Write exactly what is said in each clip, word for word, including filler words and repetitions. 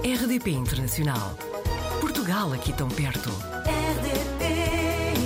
R D P Internacional. Portugal aqui tão perto. R D P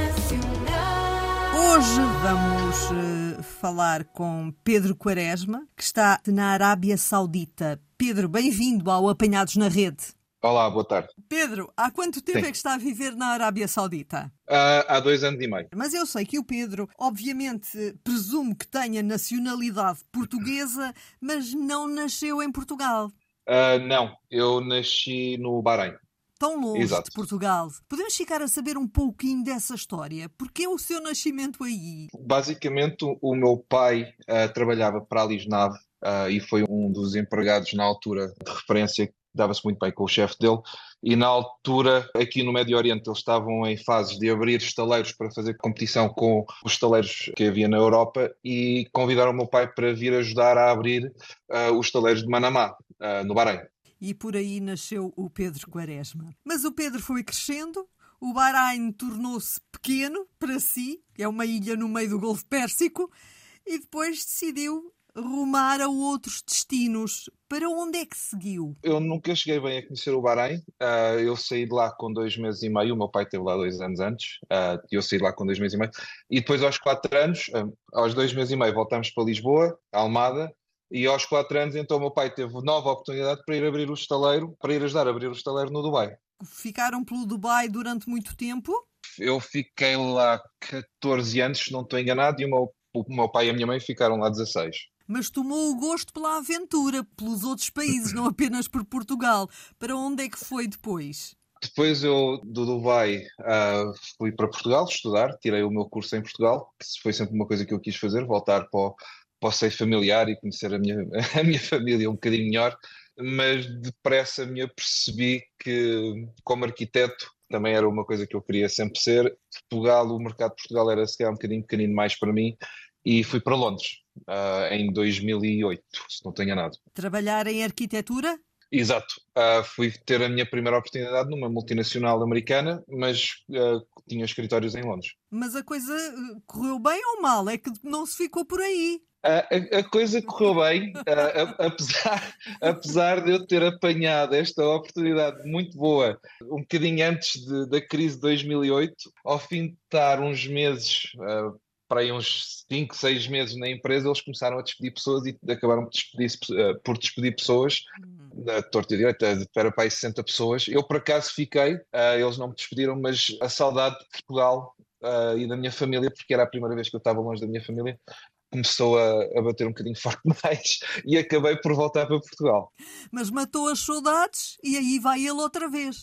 Internacional. Hoje vamos uh, falar com Pedro Quaresma, que está na Arábia Saudita. Pedro, bem-vindo ao Apanhados na Rede. Olá, boa tarde. Pedro, há quanto tempo Sim. é que está a viver na Arábia Saudita? Uh, há dois anos e meio. Mas eu sei que o Pedro, obviamente, presumo que tenha nacionalidade portuguesa, mas não nasceu em Portugal. Uh, não, eu nasci no Bahrein. Tão longe Exato. de Portugal. Podemos ficar a saber um pouquinho dessa história? Porquê o seu nascimento aí? Basicamente, o, o meu pai uh, trabalhava para a Lisnave uh, e foi um dos empregados na altura de referência, dava-se muito bem com o chefe dele. E na altura, aqui no Médio Oriente, eles estavam em fases de abrir estaleiros para fazer competição com os estaleiros que havia na Europa e convidaram o meu pai para vir ajudar a abrir uh, os estaleiros de Manamá, uh, no Bahrein. E por aí nasceu o Pedro Quaresma. Mas o Pedro foi crescendo, o Bahrein tornou-se pequeno para si, é uma ilha no meio do Golfo Pérsico, e depois decidiu rumar a outros destinos. Para onde é que seguiu? Eu nunca cheguei bem a conhecer o Bahrein. Uh, eu saí de lá com dois meses e meio. O meu pai esteve lá dois anos antes. Uh, eu saí de lá com dois meses e meio. E depois, aos quatro anos, uh, aos dois meses e meio, voltámos para Lisboa, Almada. E aos quatro anos, então, o meu pai teve nova oportunidade para ir abrir o estaleiro, para ir ajudar a abrir o estaleiro no Dubai. Ficaram pelo Dubai durante muito tempo? Eu fiquei lá catorze anos, se não estou enganado, e o meu, o meu pai e a minha mãe ficaram lá dezasseis. Mas tomou o gosto pela aventura, pelos outros países, não apenas por Portugal. Para onde é que foi depois? Depois eu, do Dubai, uh, fui para Portugal estudar, tirei o meu curso em Portugal, que foi sempre uma coisa que eu quis fazer, voltar para o, para o seio familiar e conhecer a minha, a minha família um bocadinho melhor, mas depressa me apercebi que, como arquiteto, também era uma coisa que eu queria sempre ser. Portugal, o mercado de Portugal era se calhar um bocadinho pequenino mais para mim, e fui para Londres, uh, em dois mil e oito, se não estou enganado. Trabalhar em arquitetura? Exato. Uh, fui ter a minha primeira oportunidade numa multinacional americana, mas uh, tinha escritórios em Londres. Mas a coisa correu bem ou mal? É que não se ficou por aí. Uh, a, a coisa correu bem, uh, a, apesar, apesar de eu ter apanhado esta oportunidade muito boa, um bocadinho antes de, da crise de dois mil e oito, ao fim de estar uns meses... Uh, para aí uns cinco, seis meses na empresa, eles começaram a despedir pessoas e acabaram por despedir, uh, por despedir pessoas da torta e direita, para para aí sessenta pessoas. Eu, por acaso, fiquei, uh, eles não me despediram, mas a saudade de Portugal uh, e da minha família, porque era a primeira vez que eu estava longe da minha família, começou a, a bater um bocadinho forte mais e acabei por voltar para Portugal. Mas matou as saudades e aí vai ele outra vez.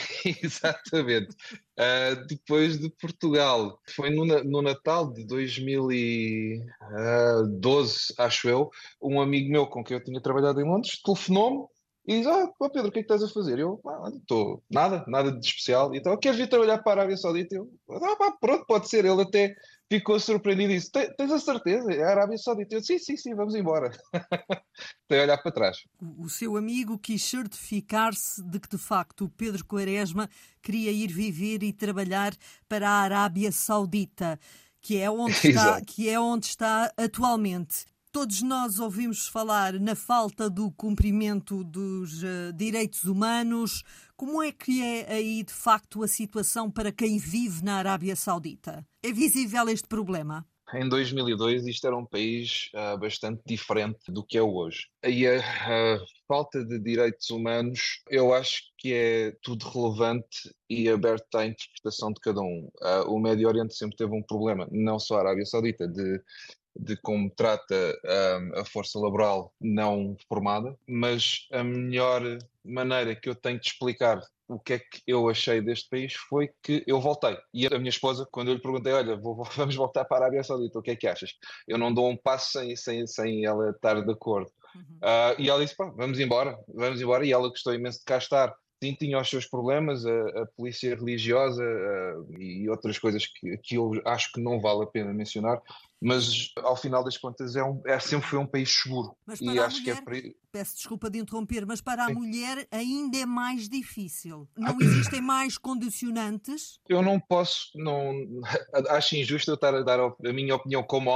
Exatamente. Uh, depois de Portugal, foi no, no Natal de dois mil e doze, acho eu, um amigo meu com quem eu tinha trabalhado em Londres telefonou-me e diz: ah, oh Pedro, o que é que estás a fazer? Eu, ah, estou, nada, nada de especial. E então, queres vir trabalhar para a Arábia Saudita? Eu, ah, pá, pronto, pode ser. Ele até ficou surpreendido e disse: tens a certeza? É a Arábia Saudita? Eu, sim, sim, sim, vamos embora. Tem a olhar para trás. O seu amigo quis certificar-se de que, de facto, o Pedro Quaresma queria ir viver e trabalhar para a Arábia Saudita, que é onde está, que é onde está atualmente. Todos nós ouvimos falar na falta do cumprimento dos uh, direitos humanos. Como é que é aí, de facto, a situação para quem vive na Arábia Saudita? É visível este problema? Em dois mil e dois isto era um país uh, bastante diferente do que é hoje. E a, a falta de direitos humanos, eu acho que é tudo relevante e aberto à interpretação de cada um. Uh, o Médio Oriente sempre teve um problema, não só a Arábia Saudita, de de como trata um, a força laboral não formada, mas a melhor maneira que eu tenho de explicar o que é que eu achei deste país foi que eu voltei. E a minha esposa, quando eu lhe perguntei, olha, vou, vamos voltar para a Arábia Saudita, o que é que achas? Eu não dou um passo sem, sem, sem ela estar de acordo. Uhum. Uh, e ela disse, pá, vamos embora, vamos embora. E ela gostou imenso de cá estar. Sim, tinha os seus problemas, a, a polícia religiosa uh, e outras coisas que, que eu acho que não vale a pena mencionar, mas ao final das contas é um, é, sempre foi um país seguro. Mas para e a acho mulher, que é... peço desculpa de interromper, mas para Sim. a mulher ainda é mais difícil. Não existem mais condicionantes? Eu não posso, não, acho injusto eu estar a dar a minha opinião como homem,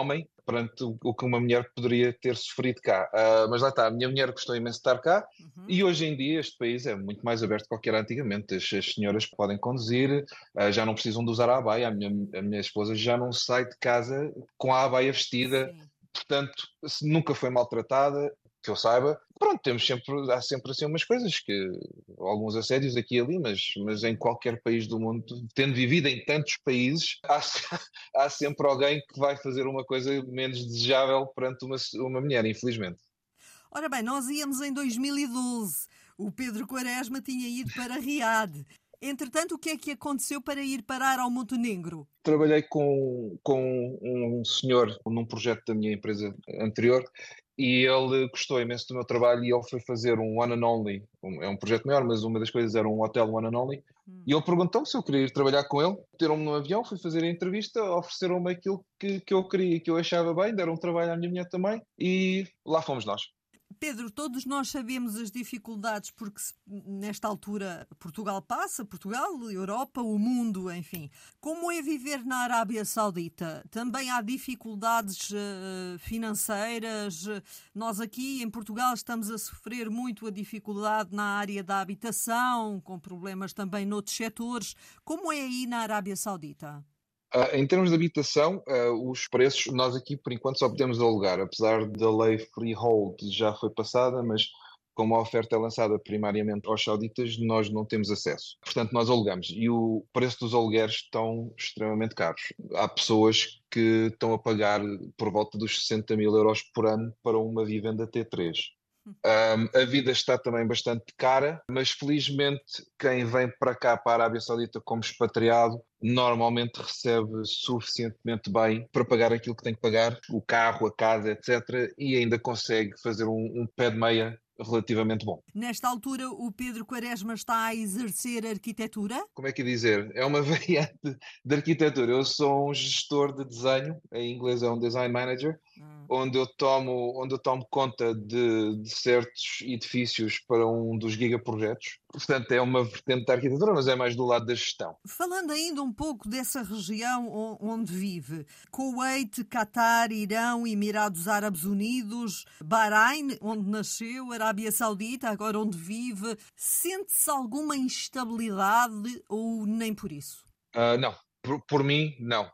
perante o, o que uma mulher poderia ter sofrido cá. Uh, mas lá está, a minha mulher gostou imenso de estar cá, uhum. E hoje em dia este país é muito mais aberto do que era antigamente. As, as senhoras podem conduzir, uh, já não precisam de usar a abaia. A minha, a minha esposa já não sai de casa com a abaia vestida. Sim. Portanto, nunca foi maltratada, que eu saiba. Pronto, temos sempre, há sempre assim umas coisas, que alguns assédios aqui e ali, mas, mas em qualquer país do mundo, tendo vivido em tantos países, há, há sempre alguém que vai fazer uma coisa menos desejável perante uma, uma mulher, infelizmente. Ora bem, nós íamos em dois mil e doze. O Pedro Quaresma tinha ido para Riad. Entretanto, o que é que aconteceu para ir parar ao Montenegro? Trabalhei com, com um senhor num projeto da minha empresa anterior e ele gostou imenso do meu trabalho e ele foi fazer um One and Only. Um, é um projeto maior, mas uma das coisas era um hotel One and Only. Hum. E ele perguntou-me se eu queria ir trabalhar com ele. Meteram-me no avião, fui fazer a entrevista, ofereceram-me aquilo que, que eu queria e que eu achava bem, deram um trabalho à minha mulher também e lá fomos nós. Pedro, todos nós sabemos as dificuldades porque nesta altura Portugal passa, Portugal, Europa, o mundo, enfim. Como é viver na Arábia Saudita? Também há dificuldades uh, financeiras. Nós aqui em Portugal estamos a sofrer muito a dificuldade na área da habitação, com problemas também noutros setores. Como é aí na Arábia Saudita? Uh, em termos de habitação, uh, os preços, nós aqui por enquanto só podemos alugar, apesar da lei Freehold já foi passada, mas como a oferta é lançada primariamente aos sauditas, nós não temos acesso. Portanto, nós alugamos e o preço dos alugueres estão extremamente caros. Há pessoas que estão a pagar por volta dos sessenta mil euros por ano para uma vivenda T três. Um, a vida está também bastante cara, mas felizmente quem vem para cá, para a Arábia Saudita como expatriado, normalmente recebe suficientemente bem para pagar aquilo que tem que pagar, o carro, a casa, etcétera, e ainda consegue fazer um, um pé de meia relativamente bom. Nesta altura, o Pedro Quaresma está a exercer arquitetura? Como é que dizer? É uma variante de arquitetura. Eu sou um gestor de desenho, em inglês é um design manager, hum. onde, eu tomo, onde eu tomo conta de, de certos edifícios para um dos gigaprojetos. Portanto, é uma vertente da arquitetura, mas é mais do lado da gestão. Falando ainda um pouco dessa região onde vive, Kuwait, Catar, Irão, Emirados Árabes Unidos, Bahrein, onde nasceu, Arábia Saudita, agora onde vive, sente-se alguma instabilidade ou nem por isso? Uh, não, por, por mim, não.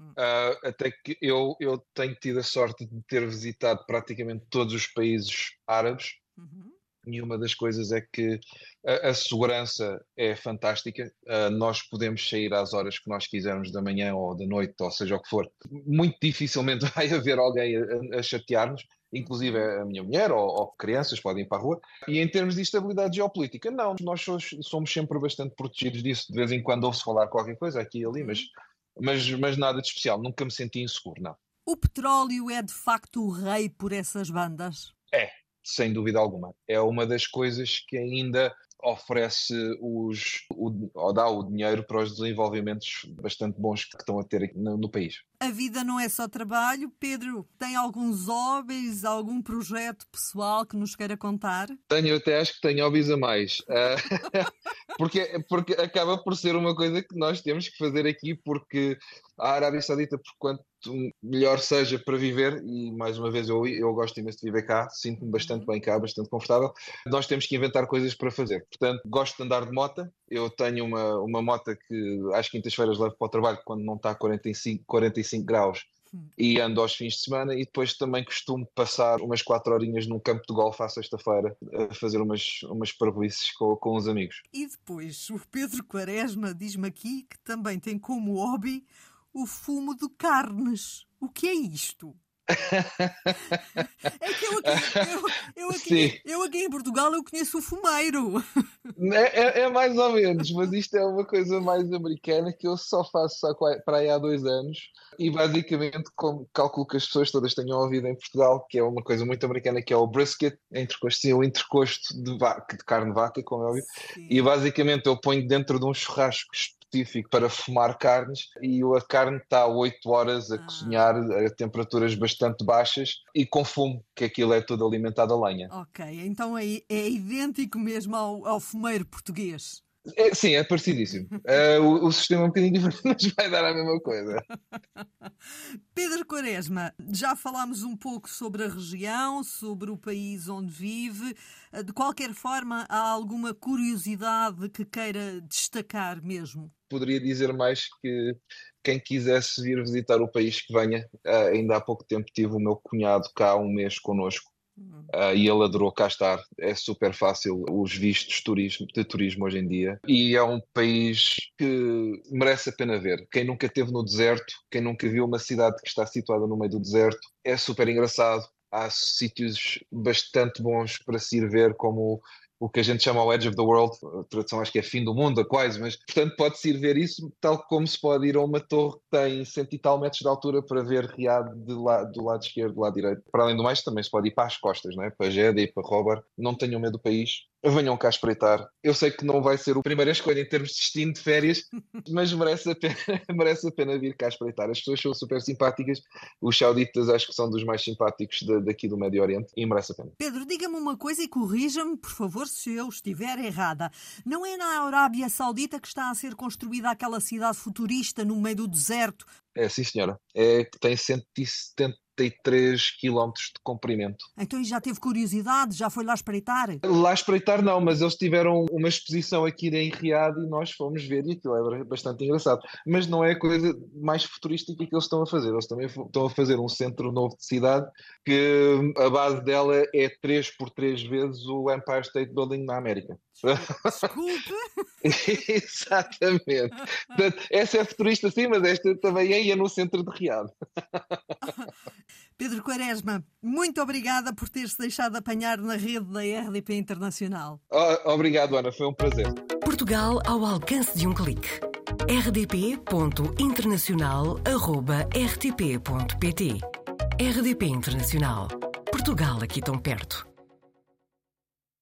Uh, até que eu, eu tenho tido a sorte de ter visitado praticamente todos os países árabes. Uhum. E uma das coisas é que a, a segurança é fantástica. Uh, nós podemos sair às horas que nós quisermos da manhã ou da noite, ou seja o que for. Muito dificilmente vai haver alguém a, a chatear-nos, inclusive a minha mulher ou, ou crianças podem ir para a rua. E em termos de estabilidade geopolítica, não. Nós somos, somos sempre bastante protegidos disso. De vez em quando ouve-se falar qualquer coisa aqui e ali, mas, mas, mas nada de especial. Nunca me senti inseguro, não. O petróleo é de facto o rei por essas bandas? É. Sem dúvida alguma. É uma das coisas que ainda oferece os, o, ou dá o dinheiro para os desenvolvimentos bastante bons que estão a ter aqui no, no país. A vida não é só trabalho. Pedro, tem alguns hobbies, algum projeto pessoal que nos queira contar? Tenho, até acho que tenho hobbies a mais. Uh, porque, porque acaba por ser uma coisa que nós temos que fazer aqui, porque a Arábia Saudita, por quanto melhor seja para viver, e mais uma vez eu, eu gosto imenso de viver cá, sinto-me bastante uhum. bem cá, bastante confortável, nós temos que inventar coisas para fazer. Portanto, gosto de andar de moto. Eu tenho uma, uma moto que às quintas-feiras levo para o trabalho quando não está a quarenta e cinco, quarenta e cinco graus uhum. e ando aos fins de semana, e depois também costumo passar umas quatro horinhas num campo de golfe à sexta-feira a fazer umas, umas parvoíces com, com os amigos. E depois o Pedro Quaresma diz-me aqui que também tem como hobby o fumo de carnes. O que é isto? É que eu aqui, eu, eu, aqui, eu aqui em Portugal eu conheço o fumeiro. É, é, é mais ou menos, mas isto é uma coisa mais americana que eu só faço só para aí há dois anos. E basicamente, como calculo que as pessoas todas tenham ouvido em Portugal, que é uma coisa muito americana, que é o brisket, entrecosto, sim, o entrecosto de, vaca, de carne de vaca, como é óbvio. Sim. E basicamente eu ponho dentro de um churrasco específico para fumar carnes, e a carne está oito horas a ah. cozinhar a temperaturas bastante baixas e com fumo, que aquilo é tudo alimentado a lenha. Ok, então é, é idêntico mesmo ao, ao fumeiro português. É, sim, é parecidíssimo. Uh, o, o sistema é um bocadinho diferente, mas vai dar a mesma coisa. Pedro Quaresma, já falámos um pouco sobre a região, sobre o país onde vive. De qualquer forma, há alguma curiosidade que queira destacar mesmo? Poderia dizer mais que quem quisesse vir visitar o país que venha. Uh, ainda há pouco tempo tive o meu cunhado cá há um mês connosco. Uh, e ele adorou cá estar. É super fácil os vistos turismo, de turismo hoje em dia, e é um país que merece a pena ver. Quem nunca esteve no deserto, quem nunca viu uma cidade que está situada no meio do deserto, é super engraçado. Há sítios bastante bons para se ir ver, como o que a gente chama o Edge of the World, a tradução acho que é fim do mundo, quase, mas portanto pode-se ir ver isso, tal como se pode ir a uma torre que tem cento e tal metros de altura para ver Riad de lá, do lado esquerdo, do lado direito. Para além do mais, também se pode ir para as costas, não é? Para Jeddah e para Hobart. Não tenham medo do país, venham cá espreitar. Eu sei que não vai ser a primeira escolha em termos de destino de férias, mas merece a pena, merece a pena vir cá espreitar. As pessoas são super simpáticas, os sauditas acho que são dos mais simpáticos de, daqui do Médio Oriente e merece a pena. Pedro, diga-me uma coisa e corrija-me, por favor, se eu estiver errada. Não é na Arábia Saudita que está a ser construída aquela cidade futurista no meio do deserto? É, sim senhora. É que tem cento e setenta e três quilómetros de comprimento. Então já teve curiosidade? Já foi lá espreitar? Lá espreitar não, mas eles tiveram uma exposição aqui em Riad e nós fomos ver e aquilo é bastante engraçado. Mas não é a coisa mais futurística que eles estão a fazer. Eles também estão a fazer um centro novo de cidade que a base dela é três por três vezes o Empire State Building na América. Desculpe! Exatamente. Portanto, essa é futurista sim, mas esta também é, e é no centro de Riad. Pedro Quaresma, muito obrigada por ter-se deixado apanhar na rede da R D P Internacional. Oh, obrigado, Ana, foi um prazer. Portugal ao alcance de um clique. r d p ponto internacional arroba r t p ponto p t. R D P Internacional. Portugal aqui tão perto.